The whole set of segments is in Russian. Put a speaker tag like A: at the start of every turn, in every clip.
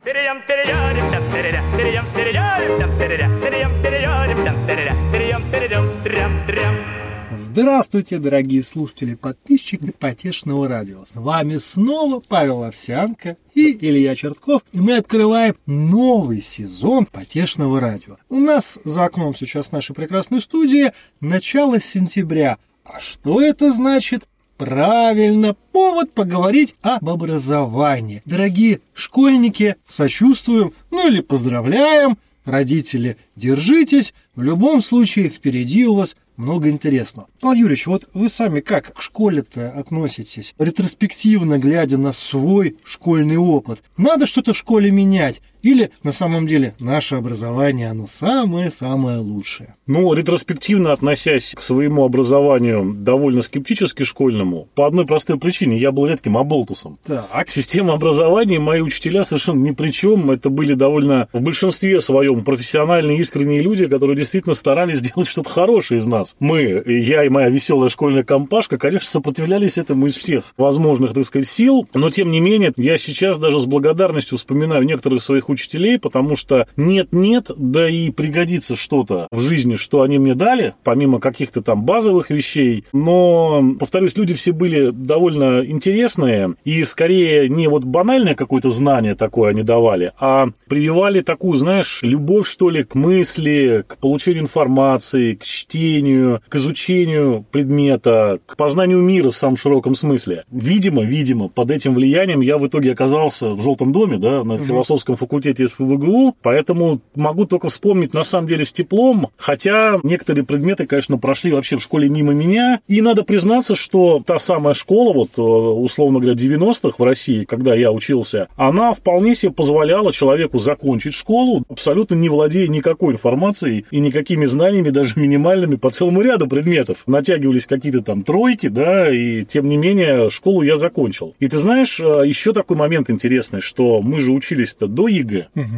A: Здравствуйте, дорогие слушатели и подписчики Потешного радио. С вами снова Павел Овсянко и Илья Чертков, и мы открываем новый сезон Потешного радио. У нас за окном сейчас в нашей прекрасной студии начало сентября. А что это значит? Правильно, повод поговорить об образовании. Дорогие школьники, сочувствуем, или поздравляем. Родители, держитесь. В любом случае, впереди у вас много интересного. Павел Юрьевич, вот вы сами как к школе-то относитесь? Ретроспективно, глядя на свой школьный опыт. Надо что-то в школе менять? Или, на самом деле, наше образование, оно самое-самое лучшее?
B: Ретроспективно относясь к своему образованию довольно скептически школьному, по одной простой причине, я был редким оболтусом.
A: Так.
B: Система образования, мои учителя совершенно ни при чем. Это были довольно, в большинстве своем, профессиональные, искренние люди, которые действительно старались сделать что-то хорошее из нас. Мы, я и моя веселая школьная компашка, конечно, сопротивлялись этому из всех возможных, сил, но, тем не менее, я сейчас даже с благодарностью вспоминаю некоторых своих учителей, потому что нет-нет, да и пригодится что-то в жизни, что они мне дали, помимо каких-то там базовых вещей. Но, повторюсь, люди все были довольно интересные, и скорее не банальное какое-то знание такое они давали, а прививали такую, любовь, что ли, к мысли, к получению информации, к чтению, к изучению предмета, к познанию мира в самом широком смысле. Видимо, под этим влиянием я в итоге оказался в Желтом доме, на философском факультете СПбГУ, поэтому могу только вспомнить, на самом деле, с теплом, хотя некоторые предметы, конечно, прошли вообще в школе мимо меня, и надо признаться, что та самая школа, условно говоря, 90-х в России, когда я учился, она вполне себе позволяла человеку закончить школу, абсолютно не владея никакой информацией и никакими знаниями, даже минимальными, по целому ряду предметов. Натягивались какие-то там тройки, и тем не менее школу я закончил. И ты знаешь, еще такой момент интересный, что мы же учились-то до ЕГЭ,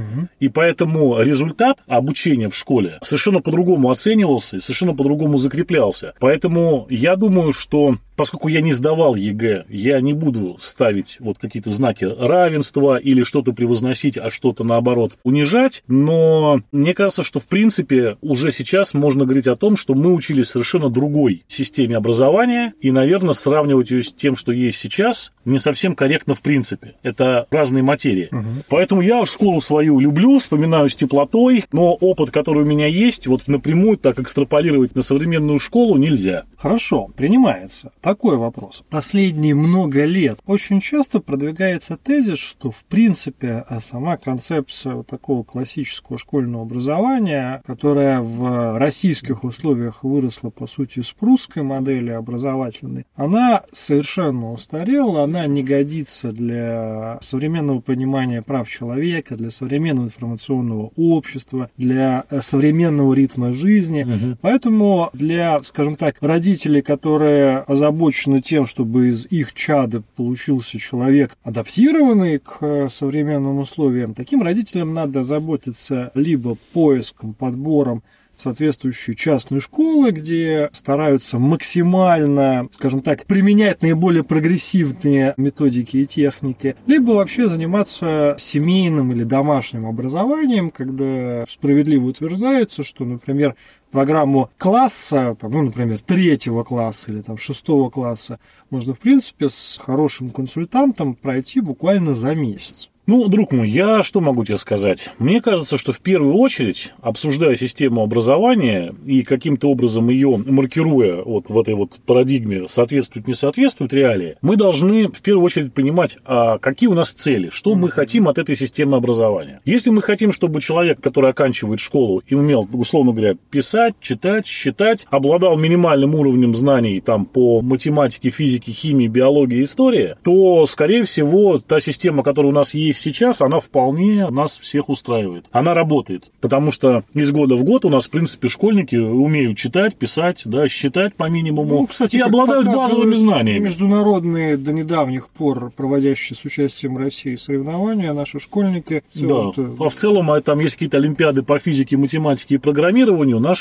B: и поэтому результат обучения в школе совершенно по-другому оценивался и совершенно по-другому закреплялся. Поэтому я думаю, что поскольку я не сдавал ЕГЭ, я не буду ставить какие-то знаки равенства или что-то превозносить, а что-то, наоборот, унижать. Но мне кажется, что, в принципе, уже сейчас можно говорить о том, что мы учились совершенно другой системе образования, и, наверное, сравнивать ее с тем, что есть сейчас, не совсем корректно в принципе. Это разные материи. Поэтому я школу свою люблю, вспоминаю с теплотой, но опыт, который у меня есть, напрямую так экстраполировать на современную школу нельзя.
A: Хорошо, принимается. Такой вопрос. Последние много лет очень часто продвигается тезис, что в принципе сама концепция такого классического школьного образования, которая в российских условиях выросла по сути из прусской модели образовательной, она совершенно устарела, она не годится для современного понимания прав человека, для современного информационного общества, для современного ритма жизни. Поэтому для, скажем так, родителей, которые озабочены тем, чтобы из их чада получился человек, адаптированный к современным условиям, таким родителям надо заботиться либо поиском, подбором соответствующие частные школы, где стараются максимально, скажем так, применять наиболее прогрессивные методики и техники, либо вообще заниматься семейным или домашним образованием, когда справедливо утверждается, что, например, программу класса, например, 3-го класса или 6-го класса можно, в принципе, с хорошим консультантом пройти буквально за месяц.
B: Друг мой, я что могу тебе сказать? Мне кажется, что в первую очередь, обсуждая систему образования и каким-то образом ее маркируя в этой парадигме, соответствует, не соответствует реалии, мы должны в первую очередь понимать, какие у нас цели, что мы хотим от этой системы образования. Если мы хотим, чтобы человек, который оканчивает школу и умел, условно говоря, писать, читать, считать, обладал минимальным уровнем знаний по математике, физике, химии, биологии, истории, то, скорее всего, та система, которая у нас есть сейчас, она вполне нас всех устраивает. Она работает, потому что из года в год у нас, в принципе, школьники умеют читать, писать, считать по минимуму, кстати, и обладают базовыми знаниями.
A: Международные до недавних пор проводящие с участием России соревнования, наши школьники...
B: А в целом там есть какие-то олимпиады по физике, математике и программированию, наши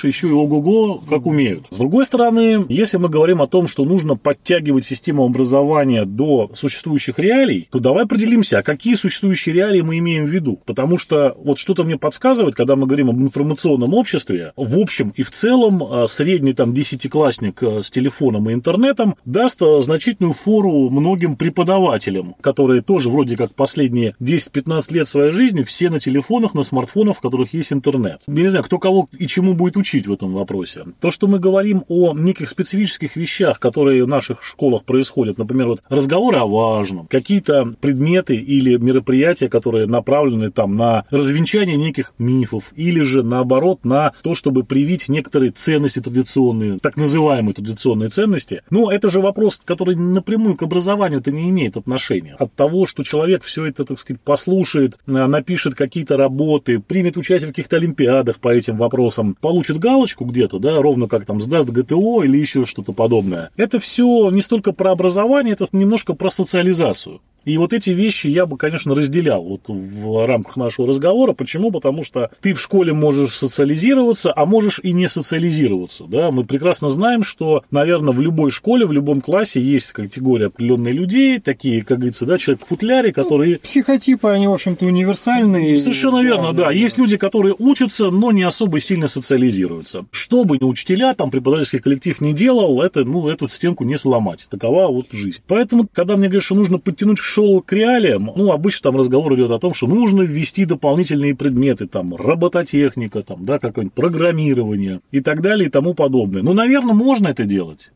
B: еще и ого-го, как умеют. С другой стороны, если мы говорим о том, что нужно подтягивать систему образования до существующих реалий, то давай определимся, а какие существующие реалии мы имеем в виду. Потому что вот что-то мне подсказывает, когда мы говорим об информационном обществе, в общем и в целом средний там 10-классник с телефоном и интернетом даст значительную фору многим преподавателям, которые тоже вроде как последние 10-15 лет своей жизни все на телефонах, на смартфонах, в которых есть интернет. Я не знаю, кто кого и чему будет учить в этом вопросе. То, что мы говорим о неких специфических вещах, которые в наших школах происходят, например, вот разговоры о важном, какие-то предметы или мероприятия, которые направлены там на развенчание неких мифов, или же наоборот на то, чтобы привить некоторые ценности традиционные, так называемые традиционные ценности. Но это же вопрос, который напрямую к образованию-то не имеет отношения. От того, что человек все это, так сказать, послушает, напишет какие-то работы, примет участие в каких-то олимпиадах по этим вопросам, получит галочку где-то, да, ровно как там сдаст ГТО или еще что-то подобное. Это все не столько про образование, это немножко про социализацию. И вот эти вещи я бы, конечно, разделял вот в рамках нашего разговора. Почему? Потому что ты в школе можешь социализироваться, а можешь и не социализироваться. Да? Мы прекрасно знаем, что, наверное, в любой школе, в любом классе есть категория определенных людей, такие, как говорится, да, человек в футляре, которые...
A: Психотипы, они, в общем-то, универсальные.
B: Совершенно верно, да. Есть люди, которые учатся, но не особо сильно социализируются. Что бы учителя, там, преподавательский коллектив не делал, это, эту стенку не сломать. Такова вот жизнь. Поэтому, когда мне говорят, что нужно подтянуть школу к реалиям, обычно там разговор идет о том, что нужно ввести дополнительные предметы, там, робототехника, там, да, какое-нибудь программирование и так далее и тому подобное. Наверное, можно это делать.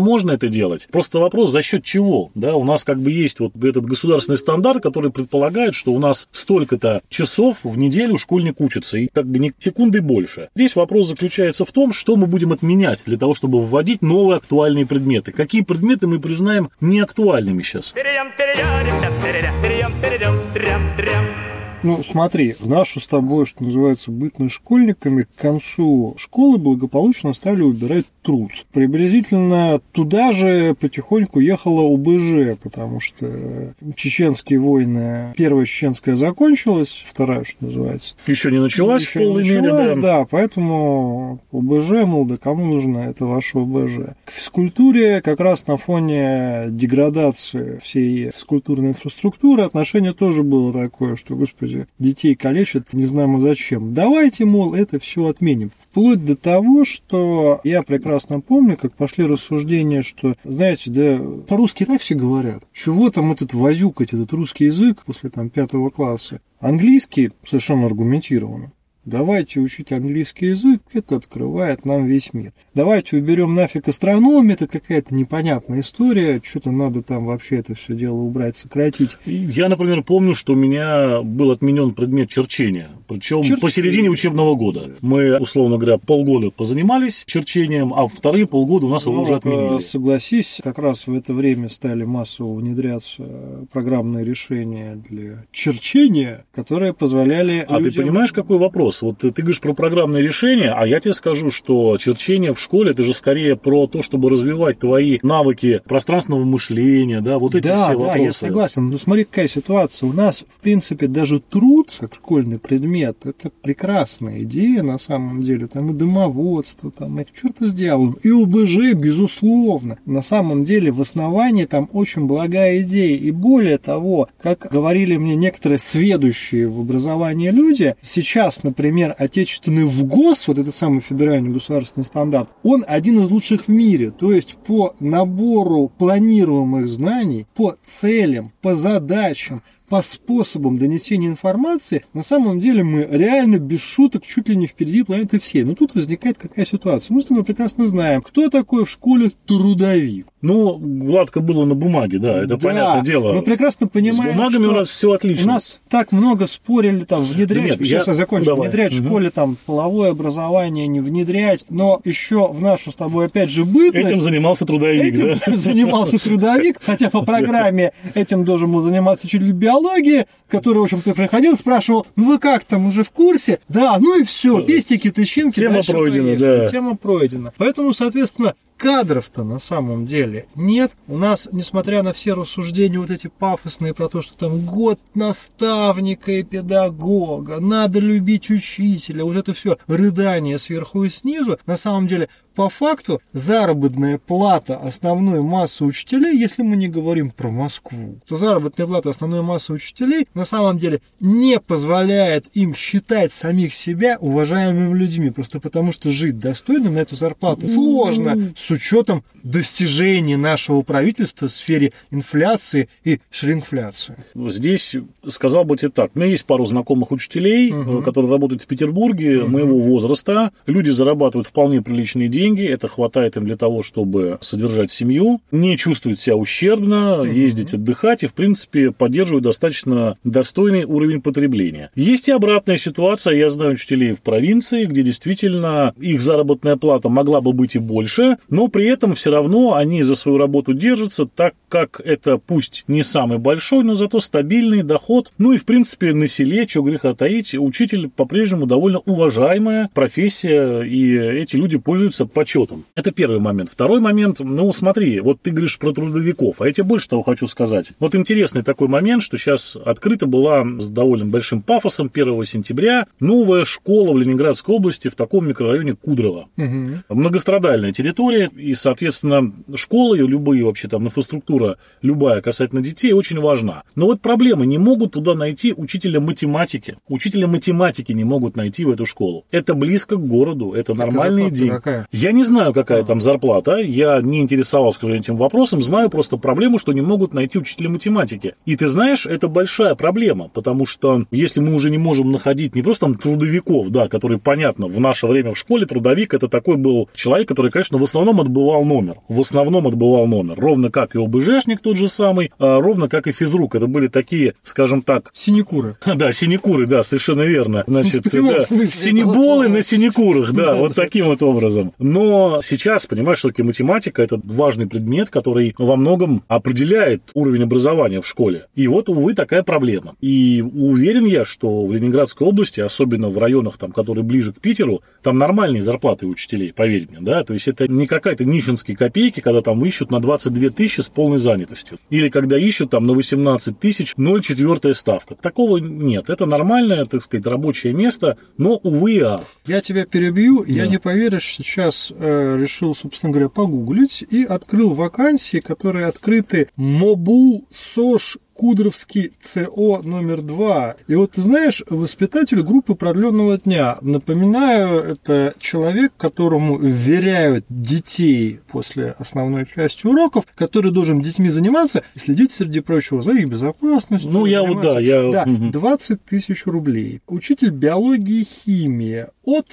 B: Просто вопрос, за счет чего, да, у нас как бы есть вот этот государственный стандарт, который предполагает, что у нас столько-то часов в неделю школьник учится, и как бы ни секунды больше. Здесь вопрос заключается в том, что мы будем отменять для того, чтобы вводить новые актуальные предметы. Какие предметы мы признаем неактуальными сейчас?
A: Смотри, в нашу с тобой, что называется, бытность школьниками, к концу школы благополучно стали убирать труд. Приблизительно туда же потихоньку ехала ОБЖ, потому что чеченские войны, первая чеченская закончилась, вторая, что называется.
B: Еще не началась в полной мере,
A: да, поэтому ОБЖ, мол, да кому нужно это ваше ОБЖ. К физкультуре как раз на фоне деградации всей физкультурной инфраструктуры отношение тоже было такое, что, господи, детей калечат, не знаем зачем. Давайте, мол, это все отменим. Вплоть до того, что я прекрасно помню, как пошли рассуждения, что, знаете, да, по-русски так все говорят. Чего там возюкать, этот русский язык после 5 класса? Английский совершенно аргументированно. Давайте учить английский язык, это открывает нам весь мир. Давайте уберем нафиг астрономию, это какая-то непонятная история, что-то надо там вообще это все дело убрать, сократить.
B: Я, например, помню, что у меня был отменен предмет черчения, причем посередине учебного года. Мы, условно говоря, полгода позанимались черчением, а вторые полгода у нас его уже отменили.
A: Согласись, как раз в это время стали массово внедряться программные решения для черчения, которые позволяли людям...
B: А ты понимаешь, какой вопрос? Вот ты говоришь про программные решения, а я тебе скажу, что черчение в школе это же скорее про то, чтобы развивать твои навыки пространственного мышления, да, вот эти все вопросы. Да,
A: я согласен. Но смотри, какая ситуация. У нас, в принципе, даже труд, как школьный предмет, это прекрасная идея на самом деле. Там и домоводство, там и черта с дьяволом, и ОБЖ, безусловно. На самом деле в основании там очень благая идея. И более того, как говорили мне некоторые сведущие в образовании люди, сейчас, например, отечественный ВГОС, вот этот самый федеральный государственный стандарт, он один из лучших в мире. То есть по набору планируемых знаний, по целям, по задачам, по способам донесения информации, на самом деле мы реально без шуток чуть ли не впереди планеты всей. Но тут возникает какая ситуация. Мы с тобой прекрасно знаем, кто такой в школе трудовик.
B: Гладко было на бумаге, да, это понятное дело.
A: Мы прекрасно понимаем,
B: с бумагами
A: что
B: у нас все отлично.
A: У нас так много спорили, внедрять, сейчас я закончу, внедрять в школе половое образование, не внедрять, но еще в нашу с тобой, опять же, бытность...
B: Этим занимался трудовик,
A: занимался трудовик, хотя по программе этим должен был заниматься учитель биологии, который, в общем-то, приходил, спрашивал, вы как там, уже в курсе? Да, и все, пестики, тычинки.
B: Тема пройдена, да.
A: Тема пройдена. Поэтому, соответственно, кадров-то на самом деле нет. У нас, несмотря на все рассуждения вот эти пафосные про то, что там год наставника и педагога, надо любить учителя, вот это все рыдание сверху и снизу, на самом деле по факту заработная плата основной массы учителей, если мы не говорим про Москву, то заработная плата основной массы учителей на самом деле не позволяет им считать самих себя уважаемыми людьми, просто потому что жить достойно на эту зарплату сложно с учетом достижений нашего правительства в сфере инфляции и шринфляции.
B: Здесь сказал бы тебе так. У меня есть пару знакомых учителей, которые работают в Петербурге, моего возраста. Люди зарабатывают вполне приличные деньги. Это хватает им для того, чтобы содержать семью, не чувствуют себя ущербно, ездить отдыхать и, в принципе, поддерживают достаточно достойный уровень потребления. Есть и обратная ситуация. Я знаю учителей в провинции, где действительно их заработная плата могла бы быть и больше, но при этом все равно они за свою работу держатся, так как это пусть не самый большой, но зато стабильный доход. Ну и, в принципе, на селе, чего греха таить, учитель по-прежнему довольно уважаемая профессия, и эти люди пользуются почетом. Это первый момент. Второй момент, ну смотри, вот ты говоришь про трудовиков, а я тебе больше того хочу сказать. Вот интересный такой момент, что сейчас открыта была с довольно большим пафосом 1 сентября новая школа в Ленинградской области в таком микрорайоне Кудрово. Многострадальная территория, и, соответственно, школы и любые вообще там инфраструктура, любая касательно детей, очень важна. Но вот проблема, не могут туда найти учителя математики. Учителя математики не могут найти в эту школу. Это близко к городу, это нормальные деньги.
A: Какая?
B: Я не знаю, какая там зарплата, я не интересовался, скажем, этим вопросом, знаю просто проблему, что не могут найти учителя математики. И ты знаешь, это большая проблема, потому что если мы уже не можем находить не просто там трудовиков, да, которые, понятно, в наше время в школе трудовик это такой был человек, который, конечно, в основном отбывал номер. Ровно как и ОБЖшник тот же самый, ровно как и физрук. Это были такие, скажем так...
A: Синекуры.
B: Да, синекуры, да, совершенно верно. Значит, да, синеболы на синекурах, да, вот таким вот образом. Но сейчас, понимаешь, все-таки математика – это важный предмет, который во многом определяет уровень образования в школе. И вот, увы, такая проблема. И уверен я, что в Ленинградской области, особенно в районах, там, которые ближе к Питеру, там нормальные зарплаты учителей, поверь мне, да, то есть это не какая-то нищенские копейки, когда там ищут на 22 тысячи с полной занятостью. Или когда ищут там на 18 тысяч 0,4 ставка. Такого нет. Это нормальное, так сказать, рабочее место, но, увы,
A: Я тебя перебью, я не поверишь, сейчас решил, собственно говоря, погуглить и открыл вакансии, которые открыты МОБУ СОЖ Кудровский ЦО номер 2. И вот ты знаешь, воспитатель группы продленного дня. Напоминаю, это человек, которому вверяют детей после основной части уроков, который должен детьми заниматься и следить, среди прочего, за их безопасностью.
B: Ну, я вот, да.
A: 20 тысяч рублей. Учитель биологии и химии от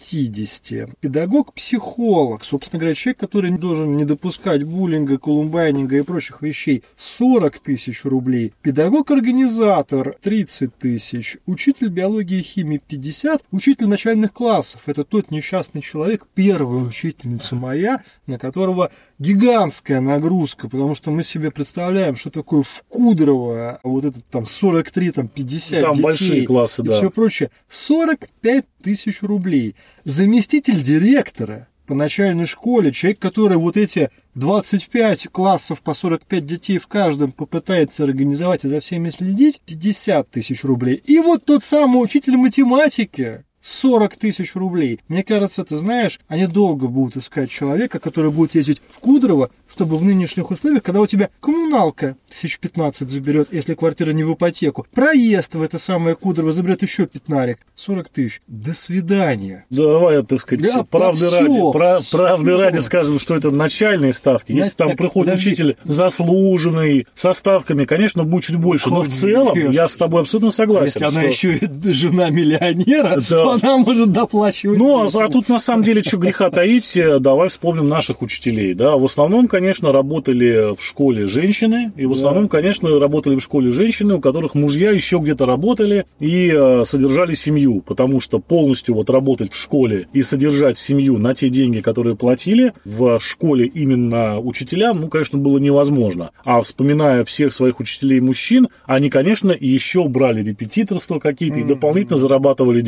A: 50. Педагог-психолог, собственно говоря, человек, который должен не допускать буллинга, колумбайнинга и прочих вещей, 40 тысяч рублей. Педагог-организатор 30 тысяч. Учитель биологии и химии 50. Учитель начальных классов. Это тот несчастный человек, первая учительница моя, на которого гигантская нагрузка, потому что мы себе представляем, что такое в Кудрово, вот этот там 43, там 50
B: там
A: детей
B: большие классы,
A: и
B: да.
A: все прочее. 45 тысяч рублей. Заместитель директора по начальной школе, человек, который вот эти 25 классов по 45 детей в каждом попытается организовать и за всеми следить, 50 тысяч рублей. И вот тот самый учитель математики, 40 тысяч рублей. Мне кажется, ты знаешь, они долго будут искать человека, который будет ездить в Кудрово, чтобы в нынешних условиях, когда у тебя коммуналка 1015 заберет, если квартира не в ипотеку, проезд в это самое Кудрово заберет еще 15, 40 тысяч. До свидания.
B: Давай, так сказать,
A: Да,
B: правды ради скажем, что это начальные ставки. Если там приходит учитель заслуженный, со ставками, конечно, будет чуть больше. Но в целом я с тобой абсолютно согласен.
A: Если она еще и жена миллионера, то она может доплачивать.
B: Ну, а тут на самом деле, что греха таить, давай вспомним наших учителей. Да? В основном, конечно, работали в школе женщины, и в основном, конечно, работали в школе женщины, у которых мужья еще где-то работали и содержали семью, потому что полностью вот работать в школе и содержать семью на те деньги, которые платили в школе именно учителям, ну, конечно, было невозможно. А вспоминая всех своих учителей-мужчин, они, конечно, еще брали репетиторство какие-то и дополнительно зарабатывали деньги.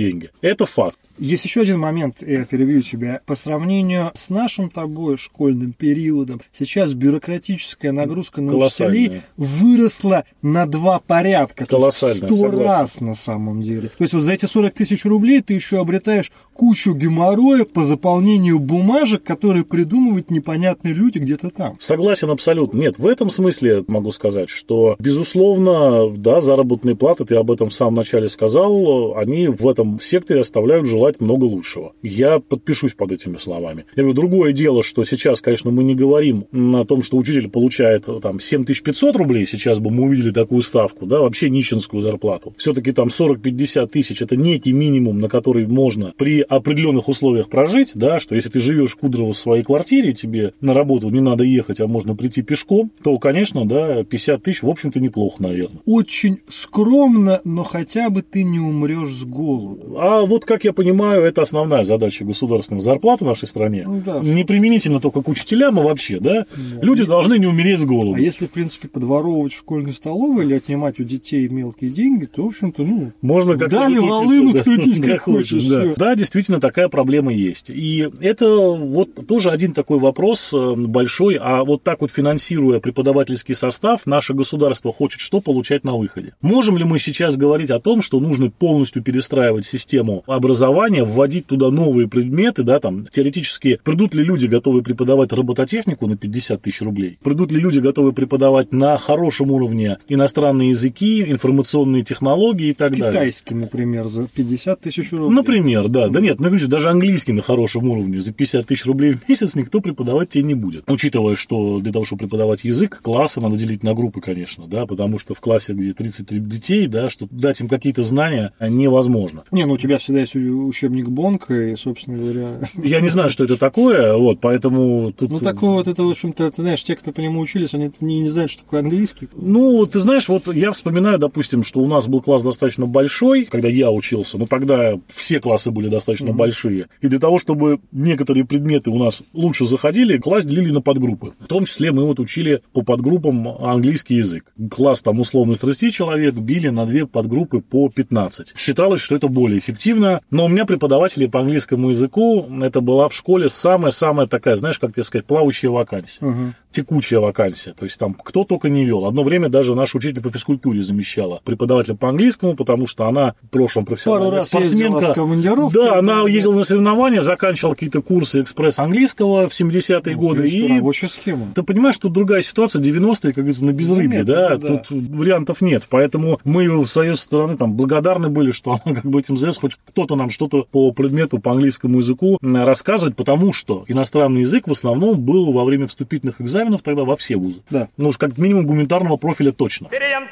B: Это факт.
A: Есть еще один момент, я перебью тебя. По сравнению с нашим тобой школьным периодом, сейчас бюрократическая нагрузка на учителей выросла на 2 порядка.
B: Колоссально,
A: в 100 раз на самом деле. То есть вот за эти 40 тысяч рублей ты еще обретаешь кучу геморроя по заполнению бумажек, которые придумывают непонятные люди где-то там.
B: Согласен абсолютно. Нет, в этом смысле могу сказать, что, безусловно, да, заработные платы, ты об этом в самом начале сказал, они в этом секторе оставляют желать много лучшего. Я подпишусь под этими словами. Я говорю, другое дело, что сейчас, конечно, мы не говорим о том, что учитель получает там 7500 рублей, сейчас бы мы увидели такую ставку, да, вообще нищенскую зарплату. Все-таки там 40-50 тысяч – это некий минимум, на который можно при определенных условиях прожить, да, что если ты живешь Кудрово в своей квартире, тебе на работу не надо ехать, а можно прийти пешком, то, конечно, да, 50 тысяч, в общем-то, неплохо, наверное.
A: Очень скромно, но хотя бы ты не умрешь с голоду.
B: А вот, как я понимаю, это основная задача государственных зарплат в нашей стране.
A: Ну, да,
B: не применительно только к учителям, а вообще, да? Люди должны не умереть с голоду.
A: А если, в принципе, подворовывать в школьной столовой или отнимать у детей мелкие деньги, то, в общем-то, ну,
B: можно как
A: дали волыну, крутись как хочешь.
B: Да, действительно, такая проблема есть. И это вот тоже один такой вопрос большой. А вот так вот финансируя преподавательский состав, наше государство хочет что получать на выходе? Можем ли мы сейчас говорить о том, что нужно полностью перестраивать систему образования, вводить туда новые предметы, да, там, теоретически, придут ли люди, готовые преподавать робототехнику на 50 тысяч рублей? Придут ли люди, готовые преподавать на хорошем уровне иностранные языки, информационные технологии и так далее?
A: Китайский, например, за 50 тысяч рублей.
B: Например, да. Да нет, даже английский на хорошем уровне за 50 тысяч рублей в месяц никто преподавать тебе не будет. Учитывая, что для того, чтобы преподавать язык, классы надо делить на группы, конечно, да, потому что в классе, где 33 детей, да, что дать им какие-то знания невозможно.
A: Не, ну у тебя всегда есть учебник Бонка, и, собственно говоря...
B: Я не знаю, что это такое, вот, поэтому тут...
A: Ну, такое вот это, в общем-то, ты знаешь, те, кто по нему учились, они не знают, что такое английский.
B: Ну, ты знаешь, вот я вспоминаю, допустим, что у нас был класс достаточно большой, когда я учился, но тогда все классы были достаточно большие, и для того, чтобы некоторые предметы у нас лучше заходили, класс делили на подгруппы. В том числе мы вот учили по подгруппам английский язык. Класс там условно из 30 человек били на 2 подгруппы по 15. Считалось, что это более эффективно, но у меня преподаватели по английскому языку, это была в школе самая-самая такая, знаешь, как тебе сказать, плавающая вакансия. Текучая вакансия, то есть там кто только не вел. Одно время даже наш учитель по физкультуре замещала преподавателя по английскому, потому что она в прошлом профессиональная спортсменка. Да, она ездила на соревнования, заканчивала какие-то курсы экспресс английского в 70-е годы.
A: И рабочая схема.
B: Ты понимаешь, тут другая ситуация, 90-е, как говорится, на безрыбье, да? Тут вариантов нет. Поэтому мы с своей стороны там благодарны были, что она как бы этим занимается, хоть кто-то нам что-то по предмету, по английскому языку рассказывает, потому что иностранный язык в основном был во время вступительных экзаменов тогда во все вузы.
A: Да.
B: Ну уж как минимум гуманитарного профиля точно.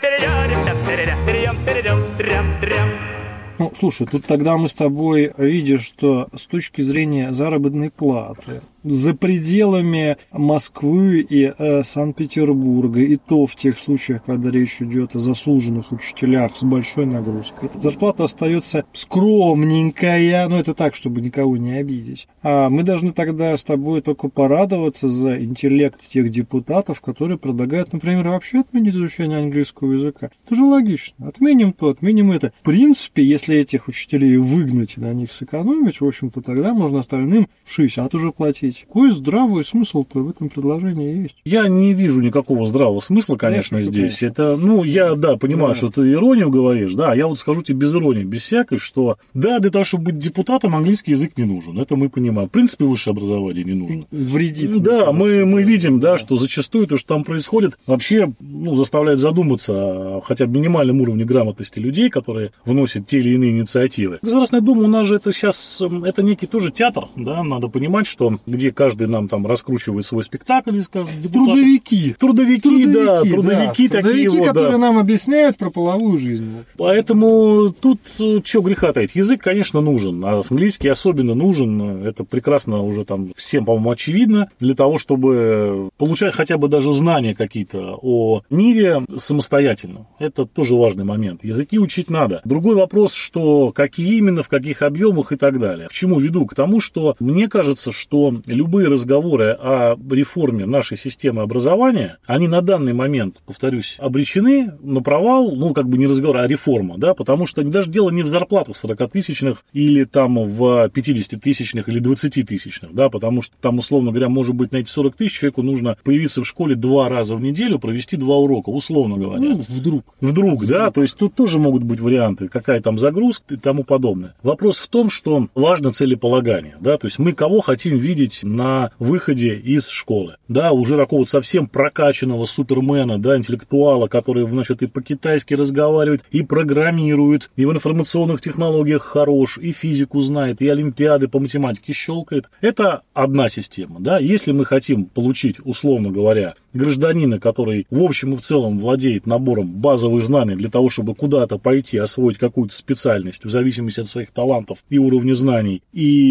A: Ну, слушай, тут тогда мы с тобой видим, что с точки зрения заработной платы за пределами Москвы и Санкт-Петербурга, и то в тех случаях, когда речь идет о заслуженных учителях с большой нагрузкой, зарплата остается скромненькая, но это так, чтобы никого не обидеть. А мы должны тогда с тобой только порадоваться за интеллект тех депутатов, которые предлагают, например, вообще отменить изучение английского языка. Это же логично. Отменим то, отменим это. В принципе, если этих учителей выгнать и на них сэкономить, в общем-то, тогда можно остальным 60 уже платить. Какой здравый смысл-то в этом предложении есть?
B: Я не вижу никакого здравого смысла, конечно, здесь. Это, ну, я, да, понимаю, что ты иронию говоришь, да, я вот скажу тебе без иронии, без всякой, что, да, для того, чтобы быть депутатом, английский язык не нужен. Это мы понимаем. В принципе, высшее образование не нужно.
A: Вредит.
B: Да, мы видим, да, что зачастую то, что там происходит, вообще, ну, заставляет задуматься о хотя бы минимальном уровне грамотности людей, которые вносят те или иные инициативы. Государственная Дума у нас же это сейчас, это некий тоже театр, да, надо понимать, что где каждый нам там раскручивает свой спектакль и скажет, депутаты. Трудовики такие вот,
A: которые нам объясняют про половую жизнь.
B: Поэтому тут что греха таить. Язык, конечно, нужен, а английский особенно нужен. Это прекрасно уже там всем, по-моему, очевидно. Для того, чтобы получать хотя бы даже знания какие-то о мире самостоятельно. Это тоже важный момент. Языки учить надо. Другой вопрос, что какие именно, в каких объемах и так далее. К чему веду? К тому, что мне кажется, что любые разговоры о реформе нашей системы образования, они на данный момент, повторюсь, обречены на провал, ну, как бы не разговор, а реформа, да, потому что даже дело не в зарплатах 40-тысячных или там в 50-тысячных или 20-тысячных, да, потому что там, условно говоря, может быть, на эти 40 тысяч человеку нужно появиться в школе 2 раза в неделю, провести 2 урока, условно говоря.
A: Ну, вдруг,
B: да, то есть тут тоже могут быть варианты, какая там загрузка и тому подобное. Вопрос в том, что важно целеполагание, да, то есть мы кого хотим видеть на выходе из школы, да, уже такого вот совсем прокачанного супермена, да, интеллектуала, который, значит, и по-китайски разговаривает, и программирует, и в информационных технологиях хорош, и физику знает, и олимпиады по математике щелкает. Это одна система, да, если мы хотим получить, условно говоря, гражданина, который в общем и в целом владеет набором базовых знаний для того, чтобы куда-то пойти освоить какую-то специальность в зависимости от своих талантов и уровня знаний,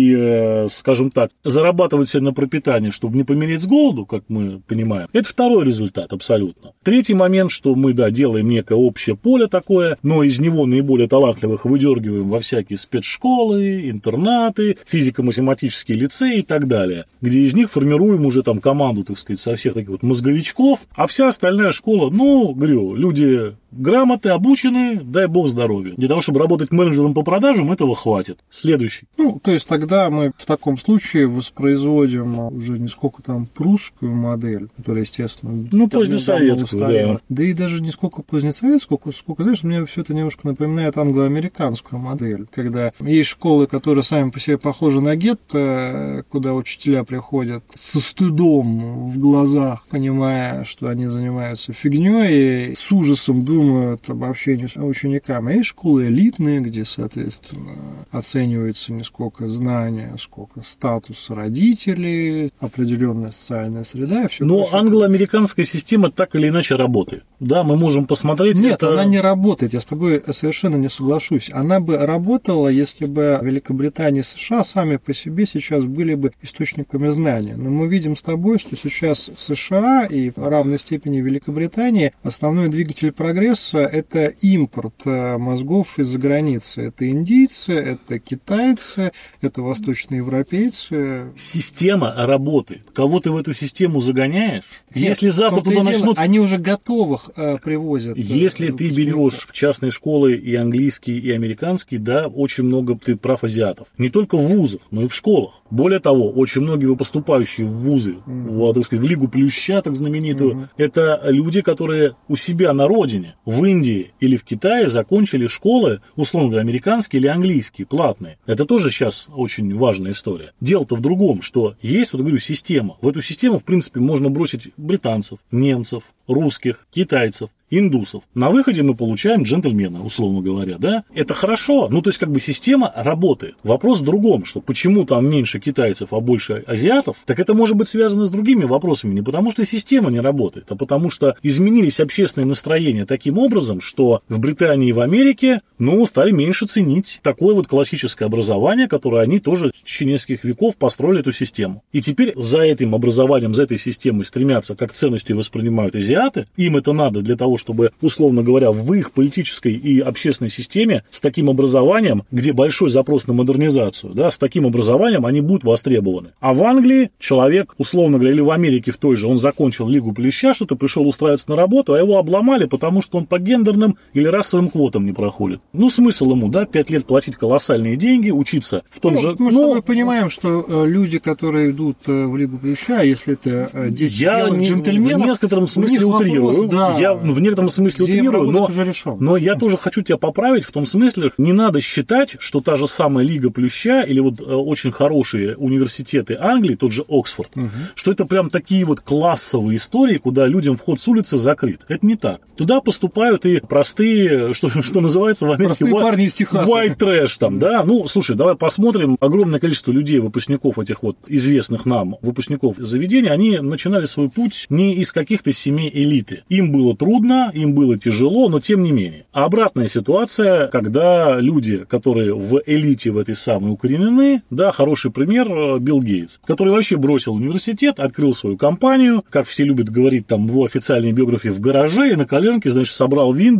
B: и, скажем так, зарабатывать себе на пропитание, чтобы не помереть с голоду, как мы понимаем, это второй результат абсолютно. Третий момент, что мы, да, делаем некое общее поле такое, но из него наиболее талантливых выдергиваем во всякие спецшколы, интернаты, физико-математические лицеи и так далее, где из них формируем уже там команду, так сказать, со всех таких вот мозговичков, а вся остальная школа, ну, говорю, люди грамоты, обучены, дай бог здоровья. Для того, чтобы работать менеджером по продажам, этого хватит. Следующий.
A: Ну, то есть тогда мы в таком случае воспроизводим уже не сколько там прусскую модель, которая, естественно...
B: Ну, позднесоветскую, да.
A: Да и даже не сколько позднесоветскую, сколько, знаешь, мне все это немножко напоминает англо-американскую модель, когда есть школы, которые сами по себе похожи на гетто, куда учителя приходят со стыдом в глазах, понимая, что они занимаются фигней, и с ужасом думают об общении с учениками. А есть школы элитные, где, соответственно, оценивается не сколько знания, сколько статус родителей, определенная социальная среда и все.
B: Но англо-американская система так или иначе работает. Да, мы можем посмотреть.
A: Нет, она не работает. Я с тобой совершенно не соглашусь. Она бы работала, если бы Великобритания и США сами по себе сейчас были бы источниками знания. Но мы видим с тобой, что сейчас в США и в равной степени в Великобритании основной двигатель прогресса – это импорт мозгов из-за границы. Это индийцы, это китайцы, это восточноевропейцы.
B: Система работает. Кого ты в эту систему загоняешь?
A: Нет,
B: если завтра туда начнут...
A: Они уже готовых привозят.
B: Если ты берешь в частные школы и английские, и американские, да, очень много, ты прав, азиатов. Не только в вузах, но и в школах. Более того, очень многие поступающие в вузы, так сказать, в Лигу Плюща, так знаменитую, это люди, которые у себя на родине, в Индии или в Китае закончили школы, условно говоря, американские или английские, платные. Это тоже сейчас очень важная история. Дело-то в другом, что есть, вот говорю, система. В эту систему, в принципе, можно бросить британцев, немцев, русских, китайцев, индусов. На выходе мы получаем джентльмена, условно говоря, да? Это хорошо, ну, то есть, как бы система работает. Вопрос в другом, что почему там меньше китайцев, а больше азиатов, так это может быть связано с другими вопросами, не потому что система не работает, а потому что изменились общественные настроения таким образом, что в Британии и в Америке, ну, стали меньше ценить такое вот классическое образование, которое они тоже в течение нескольких веков построили эту систему. И теперь за этим образованием, за этой системой стремятся как ценностью и воспринимают азиаты, им это надо для того, чтобы, условно говоря, в их политической и общественной системе с таким образованием, где большой запрос на модернизацию, да, с таким образованием они будут востребованы. А в Англии человек, условно говоря, или в Америке в той же, он закончил Лигу Плюща, что-то пришел устраиваться на работу, а его обломали, потому что он по гендерным или расовым квотам не проходит. Ну, смысл ему, да, 5 лет платить колоссальные деньги, учиться в том же...
A: Мы с тобой понимаем, что люди, которые идут в Лигу Плюща, если это дети джентльменов...
B: Я в некотором смысле утрирую. Да. Я в некотором смысле утрирую, но я тоже хочу тебя поправить в том смысле, не надо считать, что та же самая Лига Плюща или вот очень хорошие университеты Англии, тот же Оксфорд, что это прям такие вот классовые истории, куда людям вход с улицы закрыт. Это не так. Туда поступают и простые, что называется в Америке,
A: простые парни из Техаса.
B: White trash там, да. Ну, слушай, давай посмотрим. Огромное количество людей, выпускников этих вот известных нам выпускников заведений, они начинали свой путь не из каких-то семей элиты. Им было трудно, им было тяжело, но тем не менее. А обратная ситуация, когда люди, которые в элите в этой самой укоренены, да, хороший пример Билл Гейтс, который вообще бросил университет, открыл свою компанию, как все любят говорить там в его официальной биографии, в гараже и на коленке, значит, собрал Windows,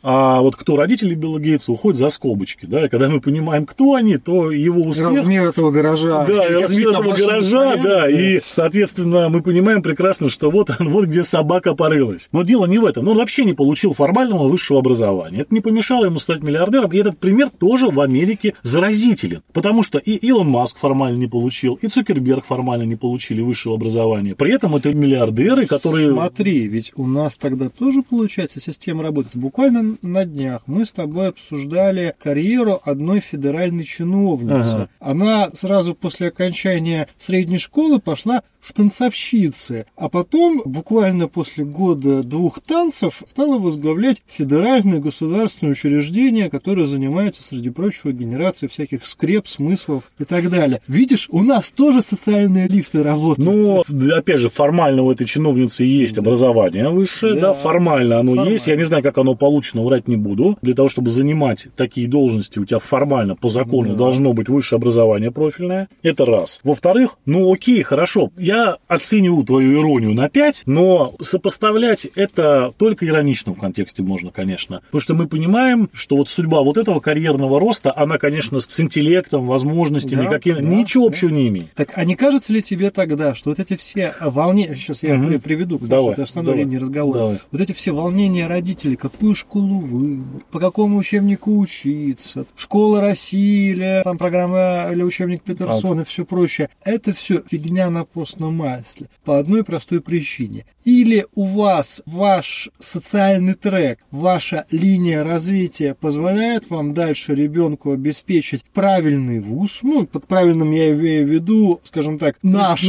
B: А вот кто родители Билла Гейтса, уходит за скобочки, да, и когда мы понимаем, кто они, то его успех...
A: Размер этого гаража.
B: Да, размер этого гаража, да, и, соответственно, мы понимаем прекрасно, что вот где собака порылась. Но дело не в этом. Он вообще не получил формального высшего образования. Это не помешало ему стать миллиардером, и этот пример тоже в Америке заразителен, потому что и Илон Маск формально не получил, и Цукерберг формально не получили высшего образования. При этом это миллиардеры, которые...
A: Смотри, ведь у нас тогда тоже, получается, система работает. Буквально на днях мы с тобой обсуждали карьеру одной федеральной чиновницы.
B: Ага.
A: Она сразу после окончания средней школы пошла в танцовщицы, а потом, буквально после года-двух танцев, стала возглавлять федеральное государственное учреждение, которое занимается, среди прочего, генерацией всяких скреп, смыслов и так далее. Видишь, у нас тоже социальные лифты работают.
B: Ну, опять же, формально у этой чиновницы есть образование высшее, да, формально оно есть. Я не знаю, как оно получено, врать не буду. Для того, чтобы занимать такие должности, у тебя формально, по закону, должно быть высшее образование профильное. Это раз. Во-вторых, ну окей, хорошо, я оцениваю твою иронию на 5, но сопоставлять это только иронично в контексте можно, конечно. Потому что мы понимаем, что вот судьба вот этого карьерного роста, она, конечно, с интеллектом, возможностями, ничего общего не имеет.
A: Так, а не кажется ли тебе тогда, что вот эти все волнения, сейчас я приведу, потому что это основной линии разговора, вот эти все волнения родителей, какую школу выбрать, по какому учебнику учиться, школа России или там программа или учебник Петерсона и все прочее, это все фигня на постном масле. По одной простой причине. Или у вас ваш социальный трек, ваша линия развития позволяет вам дальше ребенку обеспечить правильный вуз, ну, под правильным я имею в виду, скажем так, наш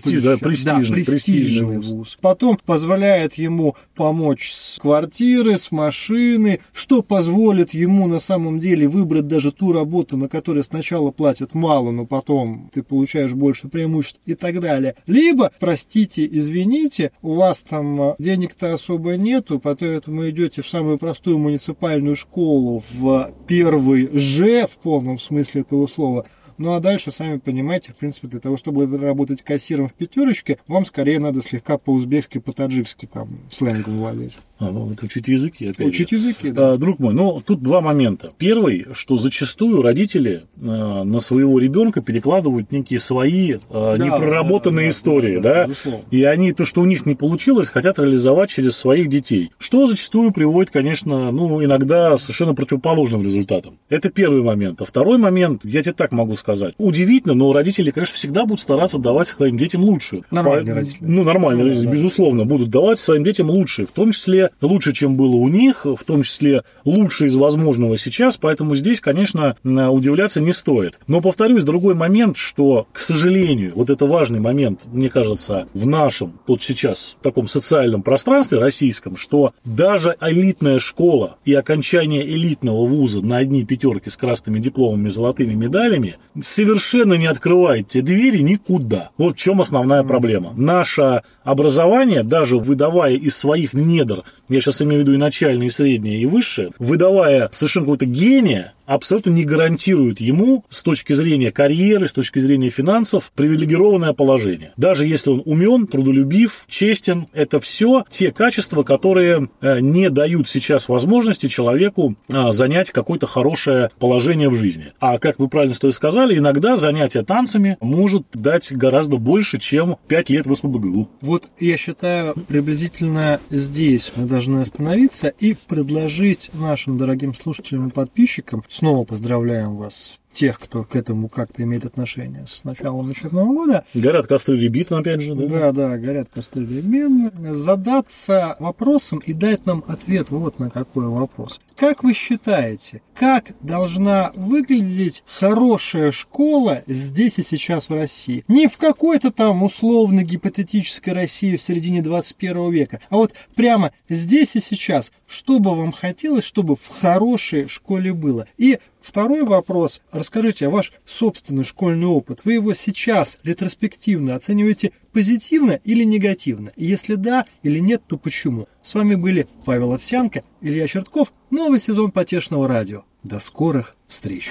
A: престижный вуз. Потом позволяет ему помочь с квартиры, с машины, что позволит ему на самом деле выбрать даже ту работу, на которой сначала платят мало, но потом ты получаешь больше преимуществ и так далее. Либо, простите, извините, у вас там денег-то особо нету, поэтому идете в самую простую муниципальную школу, в первый Ж, в полном смысле этого слова. Ну а дальше, сами понимаете, в принципе, для того, чтобы работать кассиром в пятерочке, вам скорее надо слегка по-узбекски, по-таджикски там сленгом владеть.
B: Учить языки, опять
A: Учить
B: же.
A: языки, да.
B: Друг мой, но тут два момента. Первый, что зачастую родители на своего ребенка перекладывают некие свои непроработанные истории, да, и они то, что у них не получилось, хотят реализовать через своих детей. Что зачастую приводит, конечно, иногда совершенно противоположным результатам. Это первый момент. А второй момент, я тебе так могу сказать. Удивительно, но родители, конечно, всегда будут стараться давать своим детям лучше.
A: Нормальные родители.
B: Нормальные родители, безусловно, будут давать своим детям лучше, в том числе лучше, чем было у них, в том числе лучше из возможного сейчас, поэтому здесь, конечно, удивляться не стоит. Но, повторюсь, другой момент, что, к сожалению, вот это важный момент, мне кажется, в нашем, вот сейчас, таком социальном пространстве российском, что даже элитная школа и окончание элитного вуза на одни пятерки с красными дипломами, золотыми медалями совершенно не открывает тебе двери никуда. Вот в чем основная проблема. Наше образование, даже выдавая из своих недр, я сейчас имею в виду и начальное, и среднее, и высшее, выдавая совершенно какого-то гения, абсолютно не гарантирует ему с точки зрения карьеры, с точки зрения финансов привилегированное положение. Даже если он умен, трудолюбив, честен, это все те качества, которые не дают сейчас возможности человеку занять какое-то хорошее положение в жизни. А как вы правильно сказали, иногда занятие танцами может дать гораздо больше, чем 5 лет в СПбГУ.
A: Вот я считаю, приблизительно здесь мы должны остановиться и предложить нашим дорогим слушателям и подписчикам, снова поздравляем вас, тех, кто к этому как-то имеет отношение с началом учебного года.
B: Горят костры Рябинина, опять же, да?
A: Да, горят костры Рябинина. Задаться вопросом и дать нам ответ вот на какой вопрос. Как вы считаете, как должна выглядеть хорошая школа здесь и сейчас в России? Не в какой-то там условно-гипотетической России в середине 21 века, а вот прямо здесь и сейчас. Что бы вам хотелось, чтобы в хорошей школе было? И второй вопрос. Расскажите, ваш собственный школьный опыт, вы его сейчас ретроспективно оцениваете позитивно или негативно? И если да или нет, то почему? С вами были Павел Овсянко, Илья Чертков, новый сезон Потешного радио. До скорых встреч!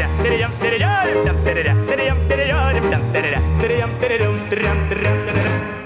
C: Перейдем,